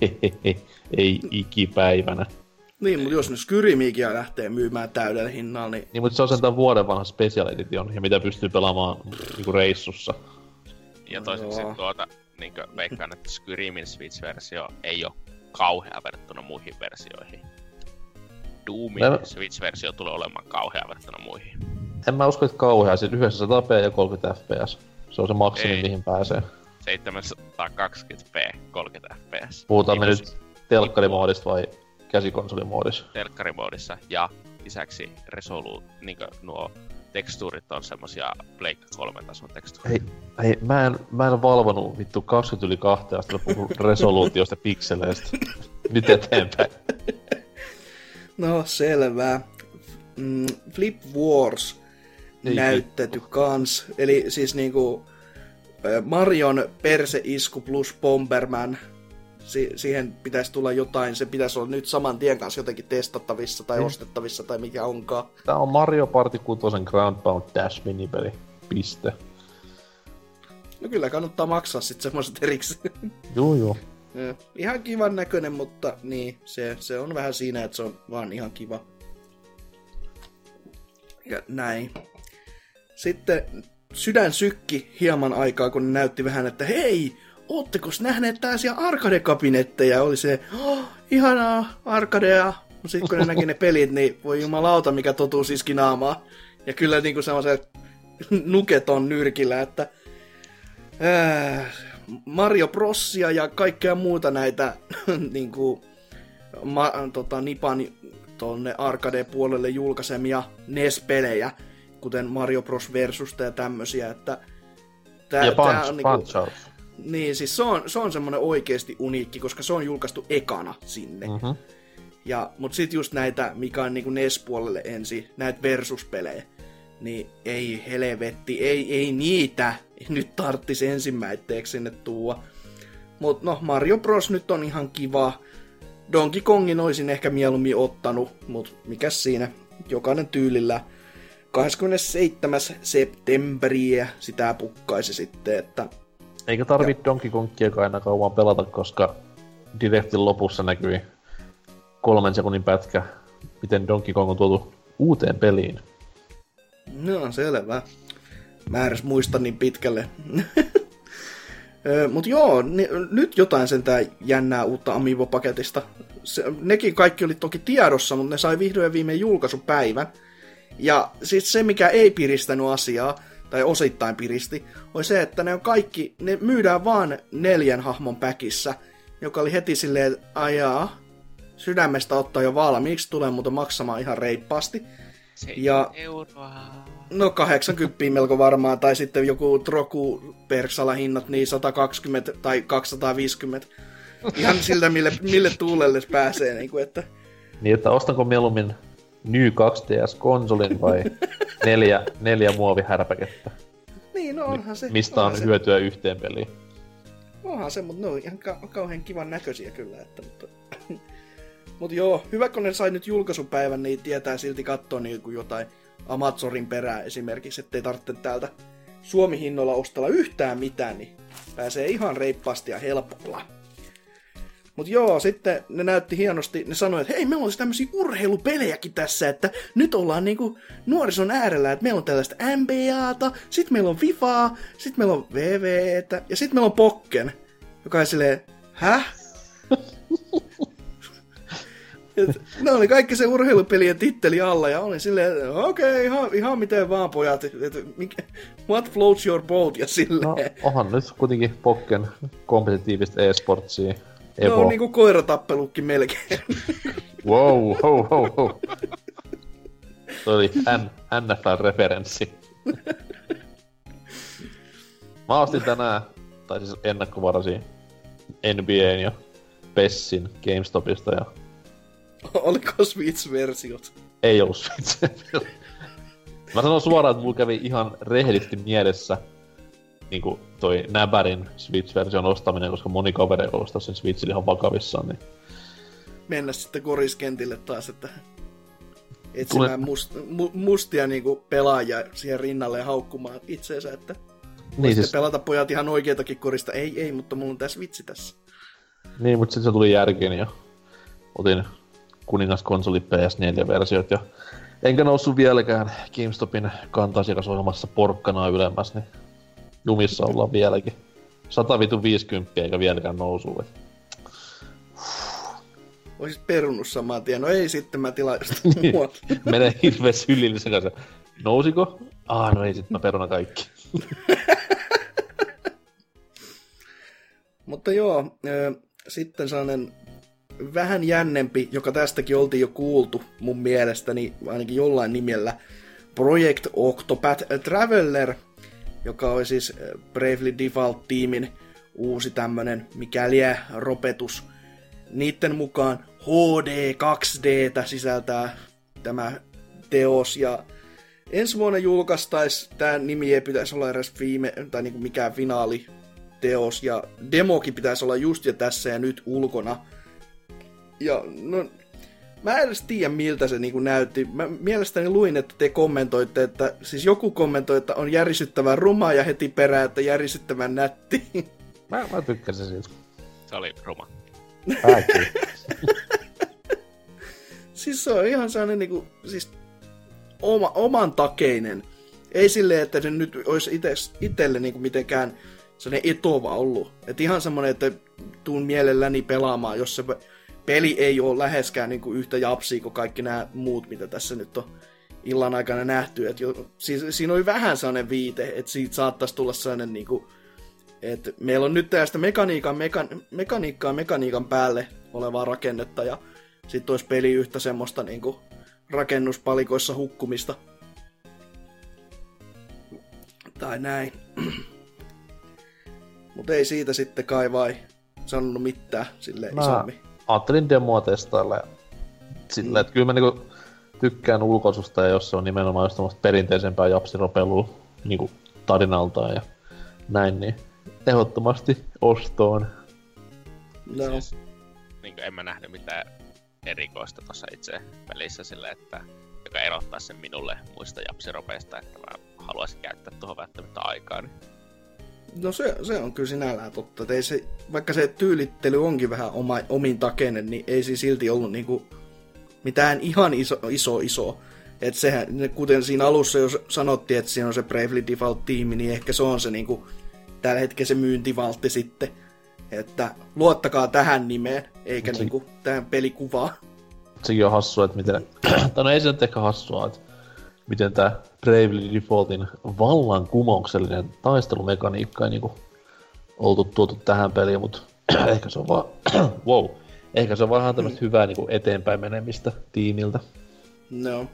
ei ikipäivänä. Niin, mutta jos ne Skyrimiikin lähtee myymään täydellä hinnalla, niin... Niin, mutta se on sen tämän vuoden vanha Special Edition, ja mitä pystyy pelaamaan niinku reissussa. Ja toiseksi no, tuota, niinkö veikkaan, että Skyrimin Switch-versio ei oo kauhea verrattuna muihin versioihin. Doomin Mä... Switch-versio tulee olemaan kauhea verrattuna muihin. En mä usko, että kauhea. Siis yhdeksänsataapa p ja kolmekymmentä F P S. Se on se maksimi, Ei. mihin pääsee. seitsemänsataakaksikymmentä p, kolmekymmentä F P S. Puhutaan me Miinus- nyt telkkarimoodista vai käsikonsolimoodissa? telkkarimoodissa ja lisäksi resolu, niinku nuo tekstuurit on semmosia Pleikka kolme tason tekstuurit. Hei, hei mä, en, mä en valvonut vittu kaksikymmentä yli kahta asti puhun resoluutiosta ja pikseleistä. Nyt eteenpäin. No selvä. Mm, Flip Wars Ei näytetty kans. Eli siis niinku ö, Marion perseisku plus Bomberman. Si- siihen pitäisi tulla jotain. Se pitäisi olla nyt saman tien kanssa jotenkin testattavissa tai Mm. ostettavissa tai mikä onkaan. Tää on Mario Party kuusi Ground Pound Dash minipeli. Piste. No kyllä kannattaa maksaa sit semmoiset erikseen. Juu juu. Joo, ihan kivan näköinen, mutta niin, se, se on vähän siinä, että se on vaan ihan kiva. Ja näin. Sitten sydän sykki hieman aikaa, kun ne näytti vähän, että hei, ootteko nähneet tällaisia arcade-kabinetteja? Oli se, oh, ihanaa, arcadea. Sitten kun ne näki ne pelit, niin voi jumalauta, mikä totuus iski naamaa. Ja kyllä niinku semmoisen nuketon nyrkillä, että äh, Mario Brosia ja kaikkea muuta näitä niinku, ma, tota, Nipan tonne arcade-puolelle julkaisemia N E S-pelejä, kuten Mario Bros. Versusta ja tämmösiä, että tää, Ja tää Punch, on niinku, punch Out. niin, siis se on, se on semmonen oikeesti uniikki, koska se on julkaistu ekana sinne. Mm-hmm. Ja, mut sit just näitä, mikä on niinku N E S-puolelle ensin, näitä versuspelejä, niin ei helvetti, ei, ei niitä nyt tarttis ensimmäitteeksi sinne tuua. Mut no, Mario Bros. Nyt on ihan kiva. Donkey Kongin olisin ehkä mieluummin ottanut, mut mikäs siinä, jokainen tyylillä. kahdeskymmenesseitsemäs septembriä sitä pukkaisi sitten, että Eikä tarvitse Donkey Kongiakaan enää kauan pelata, koska Directin lopussa näkyi kolmen sekunnin pätkä, miten Donkey Kong on tuotu uuteen peliin. no selvä. Mä edes muistan niin pitkälle. Mut joo, ni, nyt jotain sentään jännää uutta Amiibo-paketista. Se, nekin kaikki oli toki tiedossa, mutta ne sai vihdoin ja viimein julkaisupäivän. Ja siis se, mikä ei piristänyt asiaa, tai osittain piristi, oli se, että ne on kaikki, ne myydään vaan neljän hahmon päkissä, joka oli heti silleen, ajaa, sydämestä ottaa jo valmiiksi, tulee muuten maksamaan ihan reippaasti. Ja euroa. no kahdeksankymmentä melko varmaan, tai sitten joku Troku Persala hinnat, niin sata kaksikymmentä tai kaksisataaviisikymmentä. Ihan siltä, mille, mille tuulelle pääsee, niin kuin, että Niin, että ostanko mieluummin New kaksi D S-konsolin vai neljä, neljä muovihärpäkettä? niin, no onhan se. Mistä onhan on se, hyötyä yhteen peliin? Onhan se, mutta ne on ihan ka- kauhean kivan näköisiä kyllä. Että, mutta Mut joo, hyvä kun ne sai nyt julkaisupäivän, niin tietää silti katsoa niin kuin jotain Amazonin perää esimerkiksi, ettei tarvitse täältä Suomi-hinnoilla ostella yhtään mitään, niin pääsee ihan reippaasti ja helpolla. Mut joo, sitten ne näytti hienosti, ne sanoi, että hei, meillä olisi tämmöisiä urheilupelejäkin tässä, että nyt ollaan niinku nuorison äärellä, että meillä on tällaista N B A:ta, sit meillä on Fifaa, sit meillä on V V:tä ja sit meillä on Pokken, joka on silleen, häh? Et, ne oli kaikki se urheilupelien titteli alla ja oli silleen, okei, okay, ihan, ihan miten vaan pojat, et, mikä, what floats your boat ja silleen. No, onhan nyt kuitenkin Pokken kompetitiivista e-sportsia. Evo. No niinku koiratappelukki melkein. Wow, ho, ho, ho. Toi oli N F L-referenssi. Mä ostin tänään, tai siis ennakkovarasin N B A:n ja PESin GameStopista ja Oliko Switch-versiot? ei ollut Switch. Mä sanon suoraan, että mulla kävi ihan rehdisti mielessä niinku toi Näbärin Switch-version ostaminen, koska moni kaveri ostaa sen Switchin ihan vakavissaan, niin Mennä sitten koriskentille taas, että etsimään Tule... must, mu, mustia niinku pelaajia siihen rinnalle ja haukkumaan itseensä, että niin, siis... siis, pelata pojat ihan oikeitakin korista. Ei, ei, mutta mulla on tää Switchi tässä. niin, mutta sitten se tuli järkeen ja otin kuningaskonsoli P S neljä-versiot ja enkä noussut vieläkään GameStopin kanta-asiakasohjelmassa porkkanaa ylemmäs, niin jumissa ollaan vieläkin. sata viisikymmentä eikä vieläkään nousuu. Oisit perunut saman tien. No ei sitten, mä tilaan jostain muualta. Menee hirveä sylillisen kanssa. Nousiko? Ah, no ei sit, mä perunan kaikki. Mutta joo, sitten sellainen vähän jännempi, joka tästäkin oltiin jo kuultu mun mielestäni, ainakin jollain nimellä, Project Octopath Traveler, joka oli siis Bravely Default-tiimin uusi tämmönen mikäliä ropetus. Niitten mukaan H D kaksi D:tä sisältää tämä teos, ja ensi vuonna julkaistais, tää nimi ei pitäisi olla edes viime, tai niinku mikään finaaliteos, ja demokin pitäisi olla just ja tässä ja nyt ulkona. Ja no, mä en edes tiedä miltä se niinku näytti. Mä mielestäni luin, että te kommentoitte, että siis joku kommentoi, että on järisyttävän ruma ja heti perään, että järisyttävän nätti. Mä, mä tykkäsin siitä. Se oli ruma. Ääkin. Siis se on ihan sellainen niinku, siis oma, oman takeinen. Ei silleen, että se nyt olisi ite, itelle niinku mitenkään sellainen etova ollut. Että ihan semmoinen, että tuun mielelläni pelaamaan, jos se peli ei ole läheskään niinku yhtä japsia kuin kaikki nämä muut, mitä tässä nyt on illan aikana nähty. Et jo, siis, siinä oli vähän sellainen viite, että siitä saattaisi tulla sellainen, niinku, että meillä on nyt tästä mekaniikan, meka, mekaniikkaa mekaniikan päälle olevaa rakennetta, ja sitten olisi peli yhtä semmoista niinku rakennuspalikoissa hukkumista. Tai näin. Mutta ei siitä sitten kai vai sanonut mitään silleen mä isommin. Ajattelin demoa testailla ja silleen, mm. että kyllä mä niinku tykkään ulkoisusta, ja jos se on nimenomaan just tämmöistä perinteisempää japsiropelua niinku tarinaltaan ja näin, niin ehdottomasti ostoon. No. Siis, niin en mä nähnyt mitään erikoista tuossa itse pelissä silleen, että joka erottaa sen minulle muista japsiropeista, että mä haluaisin käyttää tuohon välttämättä aikaa. Niin. No se, se on kyllä sinällään totta. Ei se, vaikka se tyylittely onkin vähän oma, omin takeinen, niin ei se silti ollut niinku mitään ihan iso iso. iso. Et sehän, kuten siinä alussa jo sanottiin, että siinä on se Bravely Default-tiimi, niin ehkä se on se niinku tällä hetkellä se myyntivaltti sitten. Että luottakaa tähän nimeen, eikä se, niinku tähän pelikuvaan. Sekin on hassua, että miten... tai no ei se nyt ehkä hassua, että miten tää Bravely Defaultin vallankumouksellinen taistelumekaniikka ei niinku oltu tuotu tähän peliin, mutta ehkä se on vaan... wow. Ehkä se on vaan tämmöistä hyvää niinku eteenpäin menemistä tiimiltä. No.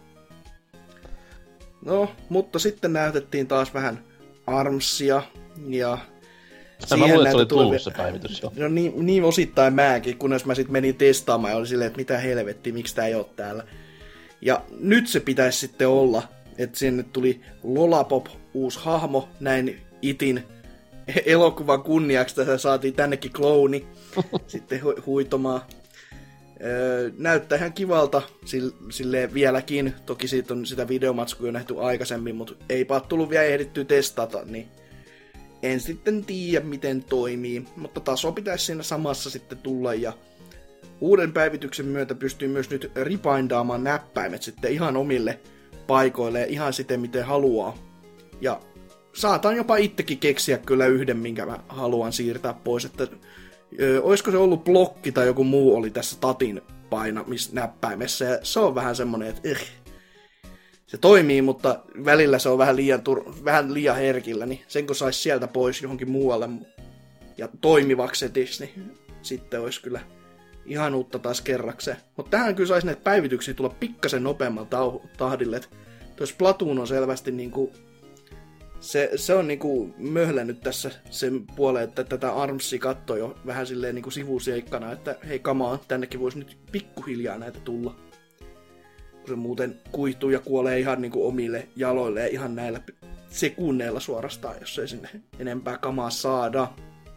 No, mutta sitten näytettiin taas vähän Armsia, ja... Mä luulen, että se oli tullut se päivitys jo. No niin, niin osittain mäkin, kunnes mä sit menin testaamaan ja oli silleen, että mitä helvettiä, miksi tää ei oo täällä. Ja nyt se pitäisi sitten olla, että sinne tuli Lollapop, uusi hahmo, näin Itin elokuvan kunniaksi, tässä saatiin tännekin klooni sitten hu- huitomaan. Öö, näyttää ihan kivalta silleen vieläkin, toki siitä on sitä videomatskua jo nähty aikaisemmin, mutta eipä tullut vielä ehdittyä testata, niin en sitten tiedä miten toimii, mutta taso pitäisi siinä samassa sitten tulla, ja uuden päivityksen myötä pystyy myös nyt ripindaamaan näppäimet sitten ihan omille paikoille ja ihan siten miten haluaa. Ja saatan jopa itsekin keksiä kyllä yhden, minkä mä haluan siirtää pois, että ö, olisiko se ollut blokki tai joku muu oli tässä tatin painamisnäppäimessä, ja se on vähän semmonen, että eh, se toimii, mutta välillä se on vähän liian, tur- vähän liian herkillä, niin sen kun saisi sieltä pois johonkin muualle ja toimivaksi etiksi, niin sitten olisi kyllä ihan uutta taas kerrakseen. Mutta tähän kyllä saisi näitä päivityksiä tulla pikkasen nopeammalla tau- tahdille. Tuo Splatoon on selvästi niinku, se, se on niinku möhlännyt tässä sen puoleen, että tätä Armsia katsoi jo vähän silleen niinku sivuseikkana, että hei kamaa, tännekin voisi nyt pikkuhiljaa näitä tulla. Se muuten kuihtuu ja kuolee ihan niinku omille jaloille ihan näillä sekunneilla suorastaan, jos ei sinne enempää kamaa saada.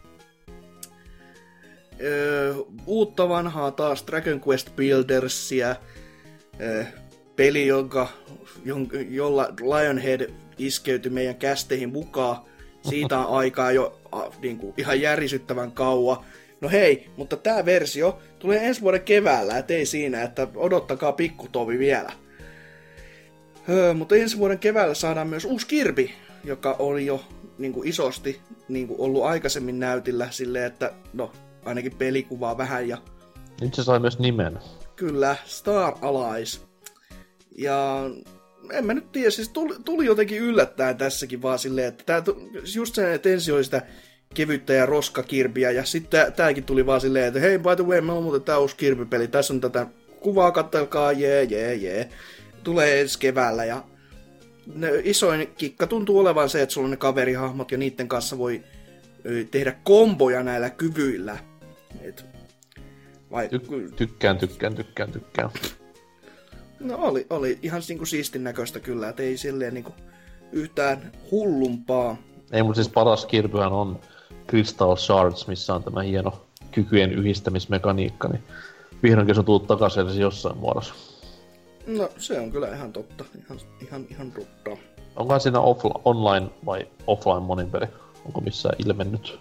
Öö, uutta vanhaa taas Dragon Quest Buildersia, öö, peli, jonka, jon, jolla Lionhead iskeytyi meidän kästeihin mukaan. Siitä on aikaa jo a, niinku, ihan järisyttävän kauan. No hei, mutta tää versio tulee ensi vuoden keväällä, et ei siinä, että odottakaa pikkutovi vielä. Öö, mutta ensi vuoden keväällä saadaan myös uusi Kirby, joka oli jo niinku, isosti niinku, ollut aikaisemmin näytillä silleen, että no ainakin pelikuvaa vähän ja Nyt se sai myös nimen. Kyllä, Star Allies. Ja en mä nyt tiedä, siis tuli, tuli jotenkin yllättäen tässäkin vaan silleen, että tää, just se, että ensin oli sitä kevyttä ja roskakirpiä, ja sitten tääkin tuli vaan silleen, että hei, by the way, meillä on muuten tää uusi kirpipeli, tässä on tätä kuvaa, kattelkaa, jee, jee, jee. Tulee ensi keväällä, ja isoin kikka tuntuu olevan se, että sulla on ne kaverihahmot, ja niiden kanssa voi tehdä komboja näillä kyvyillä. Et, vai... Ty- tykkään, tykkään, tykkään, tykkään. No oli, oli ihan niinku siistin näköistä kyllä, et ei silleen niinku yhtään hullumpaa. Ei, mutta siis paras kirpyhän on Crystal Shards, missä on tämä hieno kykyjen yhdistämismekaniikka, niin vihdoinkin se on tullut takaisin edes jossain muodossa. No se on kyllä ihan totta, ihan, ihan, ihan totta. Onkohan siinä offla- online vai offline monin peli? Onko missään ilmennyt?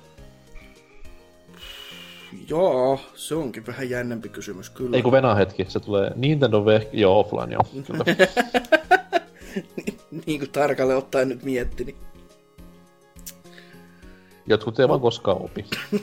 Joo, se onkin vähän jännempi kysymys, kyllä. Ei kun venä hetki, se tulee Nintendo V... Joo, offline, joo. Kyllä. Niin kuin tarkalleen ottaen nyt mietti, niin... Jotkut ei vaan koskaan opi.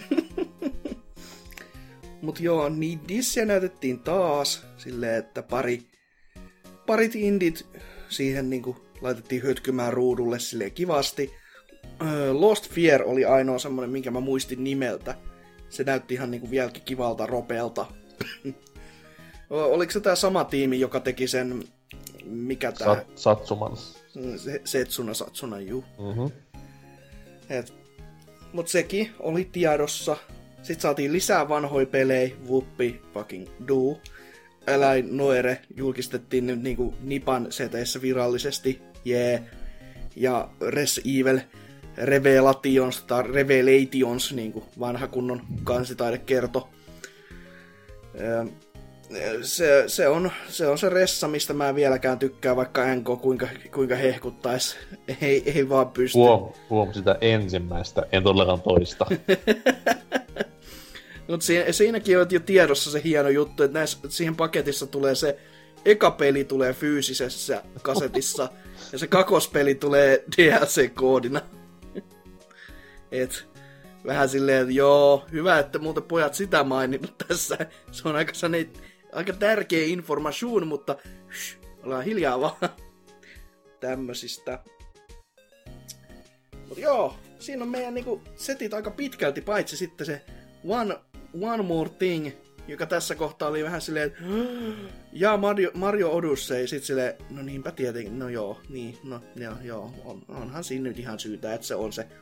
Mut joo, niin dissiä näytettiin taas silleen, että pari... Parit indit siihen niinku laitettiin hötkymään ruudulle silleen kivasti. Lost Fear oli ainoa semmonen, minkä mä muistin nimeltä. Se näytti ihan niinku vieläkin kivalta ropeelta. Oliko se tää sama tiimi, joka teki sen... Mikä tää... Sat- Satsuman. Se, Setsuna Satsuna, juu. Mm-hmm. Et, mut sekin oli tiedossa. Sitten saatiin lisää vanhoja pelejä. Whoopi fucking do. Eläin Noire julkistettiin nyt niinku Nipan seteissä virallisesti. Jee. Yeah. Ja Res Evil Revelations tai Revelations, niinku vanha kunnon kansitaide kertoi. Se, se, on, se on se ressa, mistä mä vieläkään tykkään, vaikka N K kuinka, kuinka hehkuttais. Ei, ei vaan pysty. Huom, huom sitä ensimmäistä, en todellakaan toista. Mutta siinä, siinäkin on jo tiedossa se hieno juttu, että näissä, siihen paketissa tulee se eka peli tulee fyysisessä kasetissa ja se kakospeli tulee D L C-koodina. Et vähän silleen, että joo, hyvä, että muuten pojat sitä maininnut tässä. Se on aika, sellainen, aika tärkeä information, mutta shh, ollaan hiljaa vaan tämmöisistä. Mut joo, siinä on meidän niinku setit aika pitkälti, paitsi sitten se One, one More Thing, joka tässä kohtaa oli vähän silleen, että ja Mario, Mario Odyssey, sit silleen, no niinpä tietenkin, no joo, niin, no joo, joo on, onhan siinä nyt ihan syytä, että se on se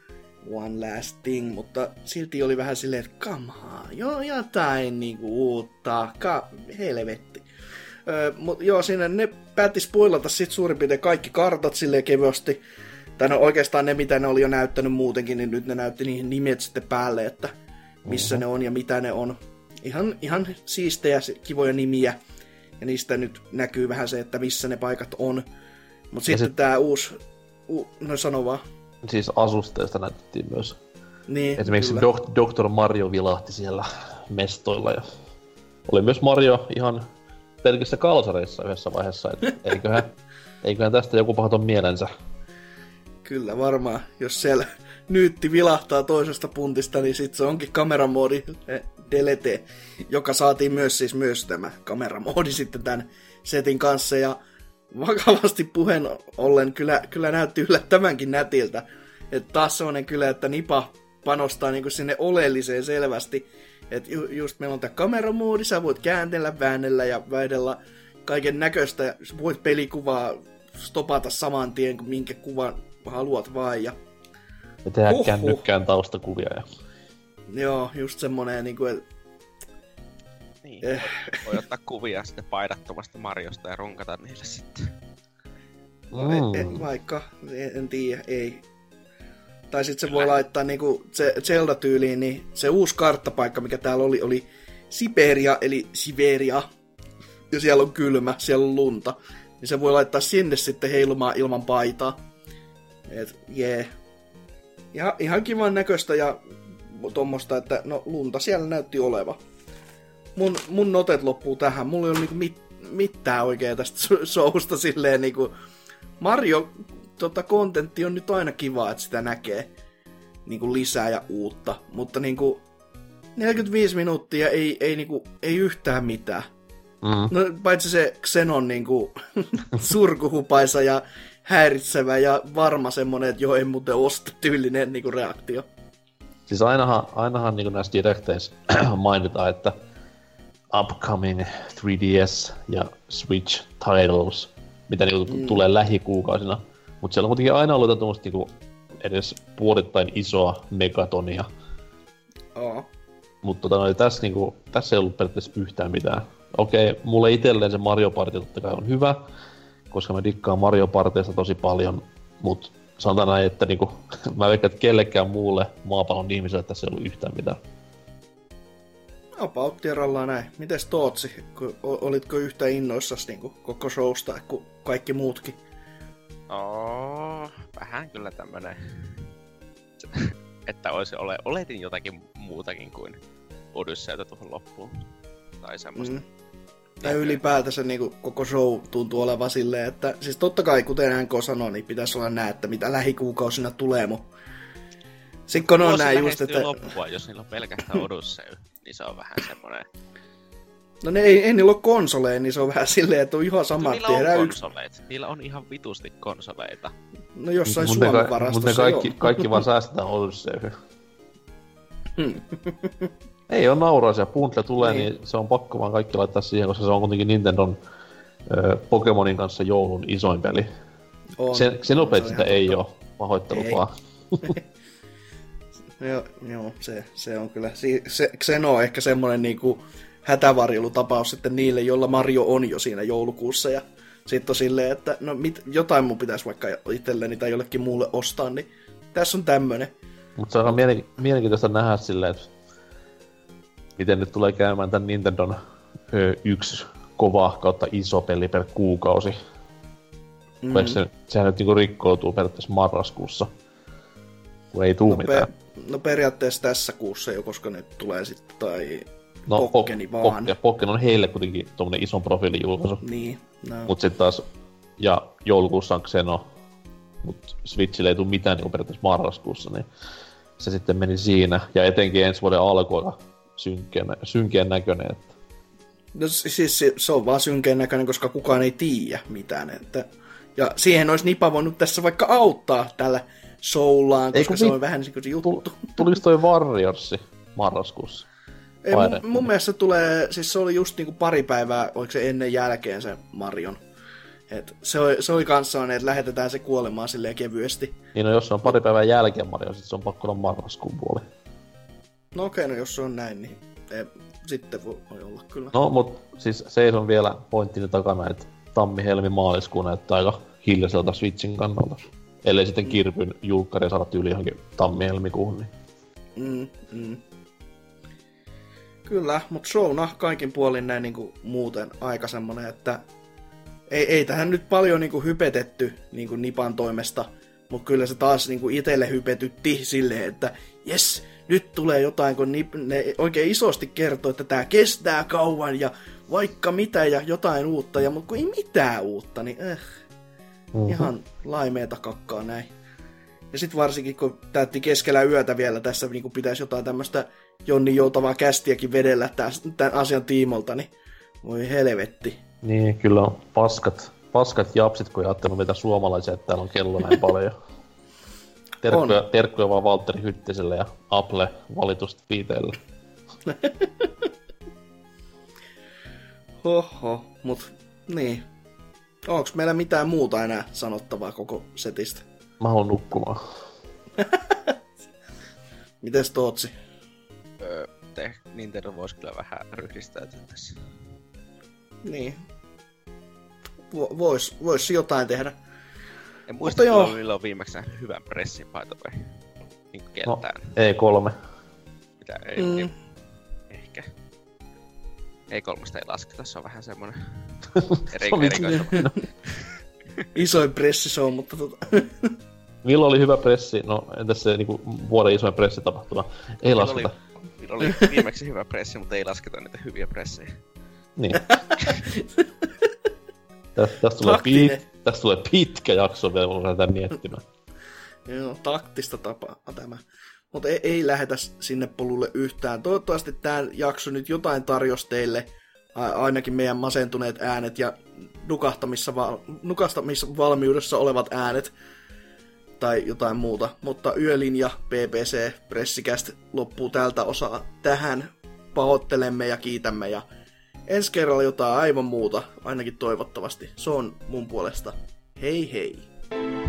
One Last Thing, mutta silti oli vähän silleen, että come on, joo, jotain niinku uutta, ka, helvetti. Öö, mut joo, siinä ne päätti spoilata sit suurin piirtein kaikki kartat silleen kevyesti, tai no oikeastaan ne, mitä ne oli jo näyttänyt muutenkin, niin nyt ne näytti niihin nimet sitten päälle, että missä uh-huh. ne on ja mitä ne on. Ihan, ihan siistejä, kivoja nimiä. Ja niistä nyt näkyy vähän se, että missä ne paikat on. Mutta sitten sit... tää uusi... U... No sano vaan. Siis asusteista näytettiin myös. Niin, esimerkiksi Dok- doktor Mario vilahti siellä mestoilla. Ja oli myös Mario ihan pelkissä kalsareissa yhdessä vaiheessa. Et eiköhän, eiköhän tästä joku pahoita mielensä. Kyllä varmaan, jos siellä nyytti vilahtaa toisesta puntista, niin sit se onkin kameramoodi delete, joka saatiin myös siis myös tämä kameramoodi sitten tämän setin kanssa, ja vakavasti puheen ollen kyllä, kyllä näytti yllättävänkin nätiltä. Että taas semmonen kyllä, että Nipa panostaa niinku sinne oleelliseen selvästi, että ju, just meillä on tää kameramoodi, sä voit kääntellä, väännellä ja väidellä kaiken näköistä, voit pelikuvaa stopata saman tien, kuin minkä kuvan haluat vaan, ja ja tehdä Huhhuh. kännykkään taustakuvia. Ja... Joo, just semmonen niinku, et... Niin, eh. voi ottaa kuvia sitten paidattomasta Mariosta ja runkata niille sitten. No, mm. en, vaikka, en, en tiedä, ei. Tai sit se voi laittaa niinku Zelda-tyyliin, niin se uusi karttapaikka, mikä täällä oli, oli Siberia, eli Siberia. Ja siellä on kylmä, siellä on lunta. Niin se voi laittaa sinne sitten heilumaan ilman paitaa. Et jee. Yeah. Ja ihan kivan näköistä ja tommosta, että no lunta siellä näytti oleva. Mun, mun notet loppuu tähän. Mulla ei ole niinku mit, mitään oikein tästä showsta silleen niinku... Mario tota, kontentti on nyt aina kiva, että sitä näkee niinku lisää ja uutta. Mutta niinku... neljäkymmentäviisi minuuttia ei, ei, niinku, ei yhtään mitään. Mm. No, paitsi se Xenon niinku, surkuhupaisa ja häiritsevä ja varma semmonen, että joo, ei muuten osta tyylinen niinku, reaktio. Siis ainahan, ainahan niin näissä direkteissä mainitaan, että upcoming three D S ja Switch titles, mitä niin mm. tulee lähikuukausina. Mutta siellä on kuitenkin aina ollut tämmöistä niin edes puolittain isoa megatonia. Oh. Mutta tota, no, tässä, niin kuin, tässä ei ollut periaatteessa yhtään mitään. Okei, mulle itselleen se Mario Party totta kai on hyvä, koska mä dikkaan Mario Partysta tosi paljon, mutta sanotaan näin, että niinku, mä veikkaan, että kellekään muulle maapallon ihmiselle tässä ei ollut yhtään mitään. About tierallaan näin. Mites Tootsi? Olitko yhtä innoissasi niinku koko showsta kuin kaikki muutkin? Oh, vähän kyllä tämmönen, että olisi ole, oletin jotakin muutakin kuin Odysseyta tuohon loppuun. Tai semmoista. Mm. Tai ylipäätänsä niin koko show tuntuu olevan silleen, että siis totta kai kuten N K sanoi, niin pitäisi olla nää, että mitä lähikuukausina tulee, mutta sitten kun on nää just, että... loppua, jos niillä on pelkästään Odyssey, niin se on vähän semmoinen... No ne ei, ei niillä ole konsoleja, niin se on vähän silleen, että on ihan sama, että tehdään yksi... konsoleit. Niillä on ihan vitusti konsoleita. No jossain mut Suomen ka- varastossa Mutta kaikki, kaikki vaan säästetään Odysseyhyn. Ei ole nauraisia. Bundle tulee, niin. niin se on pakko vaan kaikki laittaa siihen, koska se on kuitenkin Nintendon ö, Pokemonin kanssa joulun isoin peli. Sen, Xenoblade sitä ei ole. Pahoittelu vaan. joo, joo se, se on kyllä. Se, Xeno on ehkä semmonen niinku hätävarjelutapaus sitten niille, joilla Mario on jo siinä joulukuussa. Ja sitten on silleen, että no mit, jotain mun pitäisi vaikka itselleni tai jollekin muulle ostaa, niin tässä on tämmönen. Mutta se on mielen, mielenkiintoista nähdä silleen, että miten nyt tulee käymään tän Nintendon ö, yksi kova kautta iso peli per kuukausi. Mm. Se, sehän nyt niinku rikkoutuu periaatteessa marraskuussa, kun ei tuu no, mitään. Pe- no periaatteessa tässä kuussa jo, koska ne tulee sitten, tai no, Pokkeni po- vaan. Pokke, Pokken on heille kuitenkin tommonen ison profiilin julkaisu. Niin, no. Mut sit taas, ja joulukuussa on Xeno, mut Switchille ei tuu mitään niinku periaatteessa marraskuussa, niin se sitten meni siinä. Ja etenkin ensi vuoden alkuaika synkeän, synkeän näköinen. Että... No siis se on vaan synkeän näköinen, koska kukaan ei tiedä mitään. Että... Ja siihen olisi Nipa voinut tässä vaikka auttaa tällä showllaan, koska se vi... on vähän niin kuin se juttu. Tuliko toi Warriorsi marraskuussa? Ei, mun, mun mielestä se tulee, siis se oli just niinku pari päivää, oliko se ennen jälkeen se Marion. Et se, oli, se oli kanssa sellainen, että lähetetään se kuolemaan silleen kevyesti. Niin no jos se on pari päivää jälkeen Marion, sit se on pakko olla marraskuun puoli. No okei, no jos se on näin, niin ei, sitten voi olla kyllä. No mut siis se on vielä pointtini takana, että tammi, helmi, maaliskuu näyttää aika hiljaiselta Switchin kannalta. Ellei sitten Kirpyn julkkari saada tyyli johonkin tammi, helmikuuhun. Niin. Mm, mm. Kyllä, mutta showna kaikin puolin näin niinku muuten aika semmonen, että ei, ei tähän nyt paljon niinku hypetetty niinku Nipan toimesta, mutta kyllä se taas niinku itelle hypetytti silleen, että jes, nyt tulee jotain, kun Nip, ne oikein isosti kertoo, että tää kestää kauan ja vaikka mitä ja jotain uutta, ja mutta kun ei mitään uutta, niin eh, mm-hmm. ihan laimeeta kakkaa näin. Ja sit varsinkin, kun täytti keskellä yötä vielä tässä, niin kun pitäisi jotain tämmöstä Jonni joutavaa kästiäkin vedellä tämän asian tiimolta, niin voi helvetti. Niin, kyllä on paskat, paskat japsit, kun ajattelut mitä suomalaisia, että täällä on kello näin paljon. Terkkuja, terkkuja vaan Valtteri Hyttiselle ja Apple valitusta viiteelle. Hoho, mut niin. Onks meillä mitään muuta enää sanottavaa koko setistä? Mä haluan nukkumaan. Mites Tootsi? Öö, te, Nintendo vois kyllä vähän ryhdistäytyä tässä. Niin. Vo, vois, vois jotain tehdä. En muista kyllä, milloin on viimeksi nähnyt hyvän pressin, by the way. Niin kenttään. No, E kolme. Mitä? Ei, mm. ei, ehkä. E kolme ei lasketa, se on vähän semmonen eri, erikoisella. Isoin pressi se on, mutta tota... Milloin oli hyvä pressi? No, entäs se niinku vuoden isoin pressitapahtuma? Ei milloin lasketa. Oli, milloin oli viimeksi hyvä pressi, mutta ei lasketa niitä hyviä pressejä. Niin. Tästä täst tulee, pit, täst tulee pitkä jakso vielä, kun lähdetään miettimään. Joo, taktista tapaa tämä. mutta ei, ei lähetä sinne polulle yhtään. Toivottavasti tämä jakso nyt jotain tarjosi teille, ainakin meidän masentuneet äänet ja nukahtamissa, val- nukahtamissa olevat äänet tai jotain muuta. Mutta Yölinja P P C Pressikäst loppuu tältä osaa tähän. Pahoittelemme ja kiitämme ja ensi kerralla jotain aivan muuta, ainakin toivottavasti. Se on mun puolesta. Hei hei!